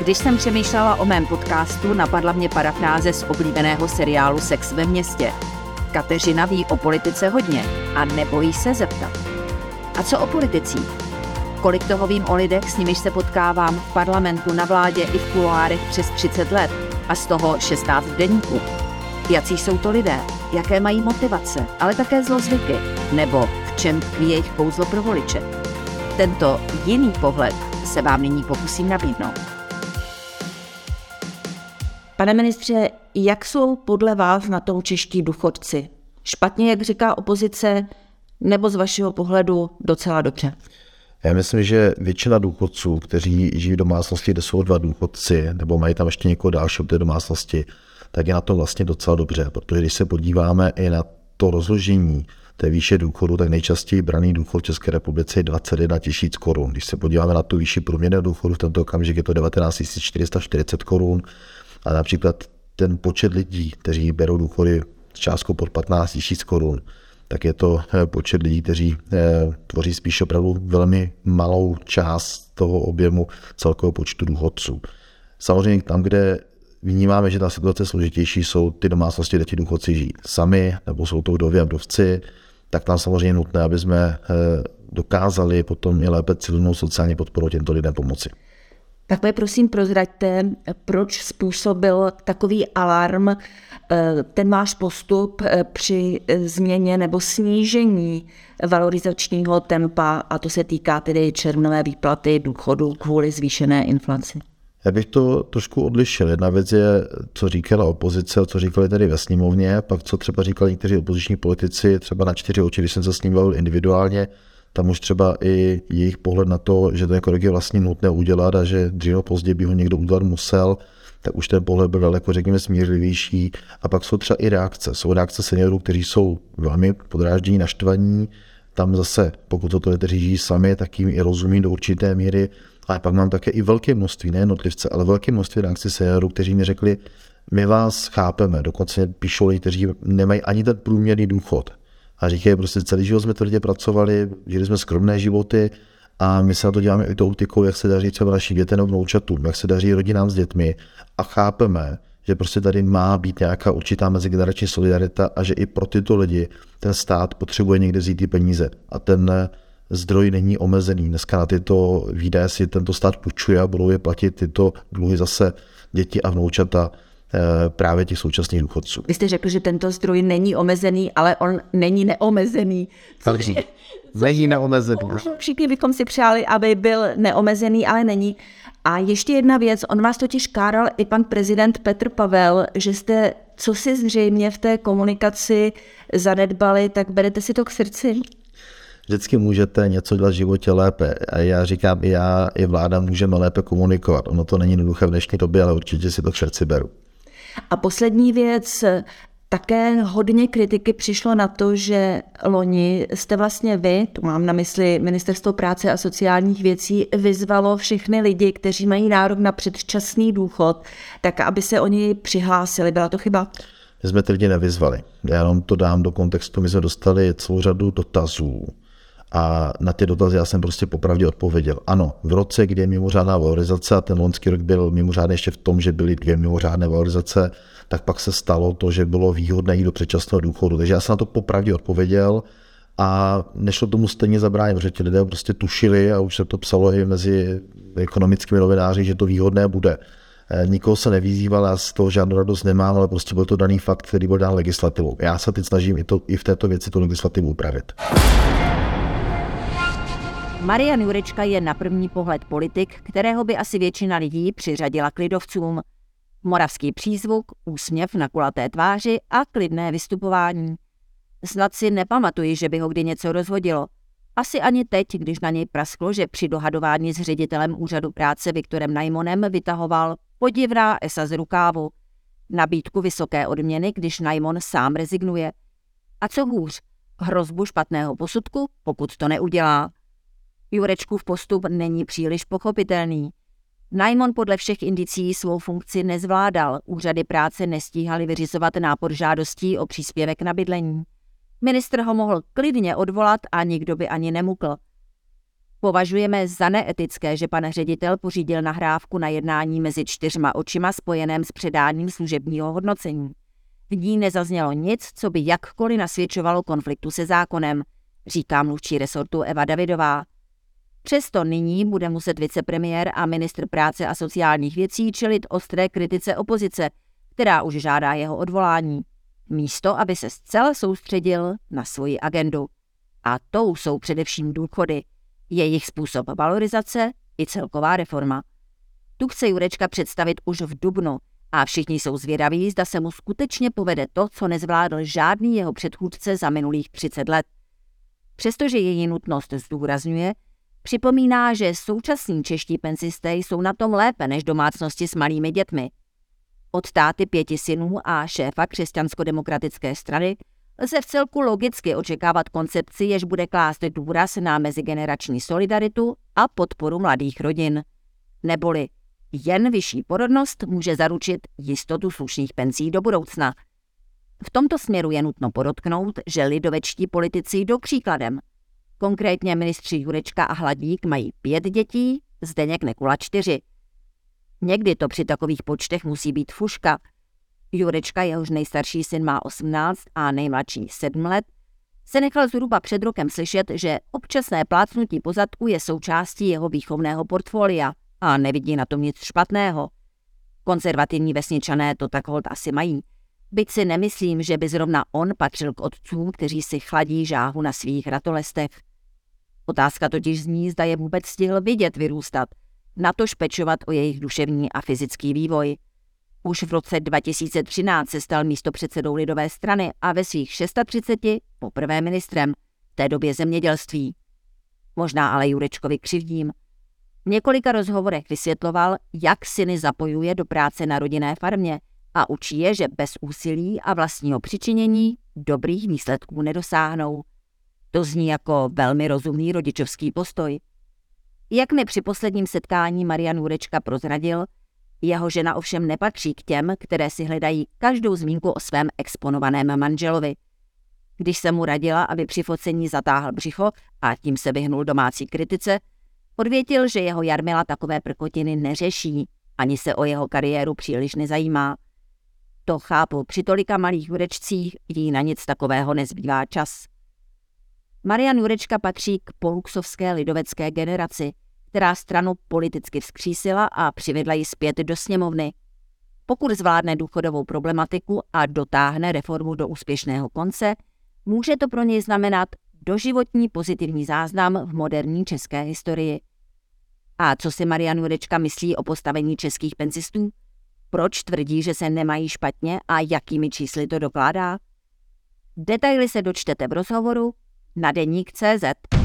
Když jsem přemýšlela o mém podcastu, napadla mě parafráze z oblíbeného seriálu Sex ve městě. Kateřina ví o politice hodně a nebojí se zeptat. A co o politicích? Kolik toho vím o lidech, s nimiž se potkávám v parlamentu, na vládě i v kuloárech přes 30 let a z toho 16 v deníku. Jací jsou to lidé, jaké mají motivace, ale také zlozvyky, nebo v čem tkví jejich kouzlo pro voliče. Tento jiný pohled se vám nyní pokusím nabídnout. Pane ministře, jak jsou podle vás na tom čeští důchodci? Špatně, jak říká opozice, nebo z vašeho pohledu docela dobře? Já myslím, že většina důchodců, kteří žijí v domácnosti, kde jsou dva důchodci, nebo mají tam ještě někoho dalšího v té domácnosti, tak je na to vlastně docela dobře, protože když se podíváme i na to rozložení té výše důchodu, tak nejčastěji braný důchod v České republice je 21 000 korun. Když se podíváme na tu výši průměrného důchodu, v tento okamžik je to 19 440 korun. A například ten počet lidí, kteří berou důchody s částkou pod 15 000 korun, tak je to počet lidí, kteří tvoří spíš opravdu velmi malou část toho objemu celkového počtu důchodců. Samozřejmě tam, kde vnímáme, že ta situace je složitější, jsou ty domácnosti, kde ti důchodci žijí sami, nebo jsou to vdovy a vdovci, tak tam samozřejmě je nutné, aby jsme dokázali potom i lépe cílenou sociální podporou těmto lidem pomoci. Tak mě prosím prozraďte, proč způsobil takový alarm ten váš postup při změně nebo snížení valorizačního tempa, a to se týká tedy červnové výplaty důchodu kvůli zvýšené inflaci. Já bych to trošku odlišil. Jedna věc je, co říkala opozice, co říkali tady ve sněmovně, pak co třeba říkali někteří opoziční politici, třeba na 4 oči, když jsem se s ním bavil individuálně, tam už třeba i jejich pohled na to, že to je vlastně nutné udělat a že dřív nebo později by ho někdo udělat musel, tak už ten pohled byl daleko, řekněme, smířlivější. A pak jsou třeba i reakce. Jsou reakce seniorů, kteří jsou velmi podráždění, naštvaní. Tam zase, pokud to kteří žijí sami, tak jim i rozumí do určité míry. Ale pak mám také i velké množství, ne jednotlivce, ale velké množství reakcí seniorů, kteří mi řekli, my vás chápeme. Dokonce píšou lidi, kteří nemají ani ten průměrný důchod. A říkají, prostě celý život jsme tvrdě pracovali, žili jsme skromné životy a my se na to děláme i tou optikou, jak se daří třeba našim dětem nebo vnoučatům, jak se daří rodinám s dětmi a chápeme, že prostě tady má být nějaká určitá mezigenerační solidarita a že i pro tyto lidi ten stát potřebuje někde vzít ty peníze a ten zdroj není omezený. Dneska na tyto výdaje si tento stát půjčuje a budou je platit tyto dluhy zase děti a vnoučata právě těch současných důchodců. Vy jste řekl, že tento zdroj není omezený, ale on není neomezený. Není neomezený. Všichni bychom si přáli, aby byl neomezený, ale není. A ještě jedna věc, on vás totiž káral i pan prezident Petr Pavel, že jste, co si zřejmě v té komunikaci zanedbali, tak berete si to k srdci? Vždycky můžete něco dělat v životě lépe. A já říkám, já i vláda můžeme lépe komunikovat. Ono to není jednoduché v dnešní době, ale určitě si to k srdci beru. A poslední věc, také hodně kritiky přišlo na to, že loni jste vlastně vy, tu mám na mysli Ministerstvo práce a sociálních věcí, vyzvalo všechny lidi, kteří mají nárok na předčasný důchod, tak aby se oni přihlásili. Byla to chyba? My jsme ty lidi nevyzvali. Já jenom to dám do kontextu. My jsme dostali celou řadu dotazů a na ty dotazy já jsem prostě popravdě odpověděl. Ano, v roce, kdy je mimořádná valorizace a ten loňský rok byl mimořádný ještě v tom, že byly 2 mimořádné valorizace, tak pak se stalo to, že bylo výhodné jít do předčasného důchodu. Takže já jsem na to popravdě odpověděl a nešlo tomu stejně zabránit, protože ti lidé prostě tušili a už se to psalo i mezi ekonomickými novináři, že to výhodné bude. Nikoho se nevyzýval, já z toho žádnou radost nemám, ale prostě byl to daný fakt, který byl dán legislativou. Já se teď snažím i v této věci tu legislativu upravit. Marian Jurečka je na první pohled politik, kterého by asi většina lidí přiřadila k lidovcům. Moravský přízvuk, úsměv na kulaté tváři a klidné vystupování. Snad si nepamatuji, že by ho kdy něco rozhodilo. Asi ani teď, když na něj prasklo, že při dohadování s ředitelem úřadu práce Viktorem Najmonem vytahoval podivná esa z rukávu. Nabídku vysoké odměny, když Najmon sám rezignuje. A co hůř, hrozbu špatného posudku, pokud to neudělá. Jurečkův postup není příliš pochopitelný. Najmon podle všech indicí svou funkci nezvládal, úřady práce nestíhaly vyřizovat nápor žádostí o příspěvek na bydlení. Ministr ho mohl klidně odvolat a nikdo by ani nemukl. Považujeme za neetické, že pan ředitel pořídil nahrávku na jednání mezi 4 očima spojeném s předáním služebního hodnocení. V ní nezaznělo nic, co by jakkoliv nasvědčovalo konfliktu se zákonem, říká mluvčí resortu Eva Davidová. Přesto nyní bude muset vicepremiér a ministr práce a sociálních věcí čelit ostré kritice opozice, která už žádá jeho odvolání, místo aby se zcela soustředil na svoji agendu. A tou jsou především důchody, jejich způsob valorizace i celková reforma. Tu chce Jurečka představit už v dubnu a všichni jsou zvědaví, zda se mu skutečně povede to, co nezvládl žádný jeho předchůdce za minulých 30 let. Přestože její nutnost zdůrazňuje, připomíná, že současní čeští penzisté jsou na tom lépe než domácnosti s malými dětmi. Od táty 5 synů a šéfa křesťansko-demokratické strany lze vcelku logicky očekávat koncepci, jež bude klást důraz na mezigenerační solidaritu a podporu mladých rodin. Neboli jen vyšší porodnost může zaručit jistotu slušných penzí do budoucna. V tomto směru je nutno podotknout, že lidovečtí politici jdou příkladem. Konkrétně ministři Jurečka a Hladík mají 5 dětí, Zdeněk Nekula 4. Někdy to při takových počtech musí být fuška. Jurečka, jehož nejstarší syn má 18 a nejmladší 7 let, se nechal zhruba před rokem slyšet, že občasné plácnutí po zadku je součástí jeho výchovného portfolia a nevidí na tom nic špatného. Konzervativní vesničané to tak holt asi mají. Byť si nemyslím, že by zrovna on patřil k otcům, kteří si chladí žáhu na svých ratolestech. Otázka totiž zní, zda je vůbec stihl vidět vyrůstat, natož pečovat o jejich duševní a fyzický vývoj. Už v roce 2013 se stal místopředsedou lidové strany a ve svých 36 poprvé ministrem, v té době zemědělství. Možná ale Jurečkovi křivdím. V několika rozhovorech vysvětloval, jak syny zapojuje do práce na rodinné farmě a učí je, že bez úsilí a vlastního přičinění dobrých výsledků nedosáhnou. To zní jako velmi rozumný rodičovský postoj. Jak mi při posledním setkání Marian Jurečka prozradil, jeho žena ovšem nepatří k těm, které si hledají každou zmínku o svém exponovaném manželovi. Když se mu radila, aby při focení zatáhl břicho a tím se vyhnul domácí kritice, odvětil, že jeho Jarmila takové prkotiny neřeší, ani se o jeho kariéru příliš nezajímá. To chápu, při tolika malých Jurečcích jí na nic takového nezbývá čas. Marian Jurečka patří k poluxovské lidovecké generaci, která stranu politicky vzkřísila a přivedla ji zpět do sněmovny. Pokud zvládne důchodovou problematiku a dotáhne reformu do úspěšného konce, může to pro něj znamenat doživotní pozitivní záznam v moderní české historii. A co si Marian Jurečka myslí o postavení českých penzistů? Proč tvrdí, že se nemají špatně a jakými čísly to dokládá? Detaily se dočtete v rozhovoru na deník.cz.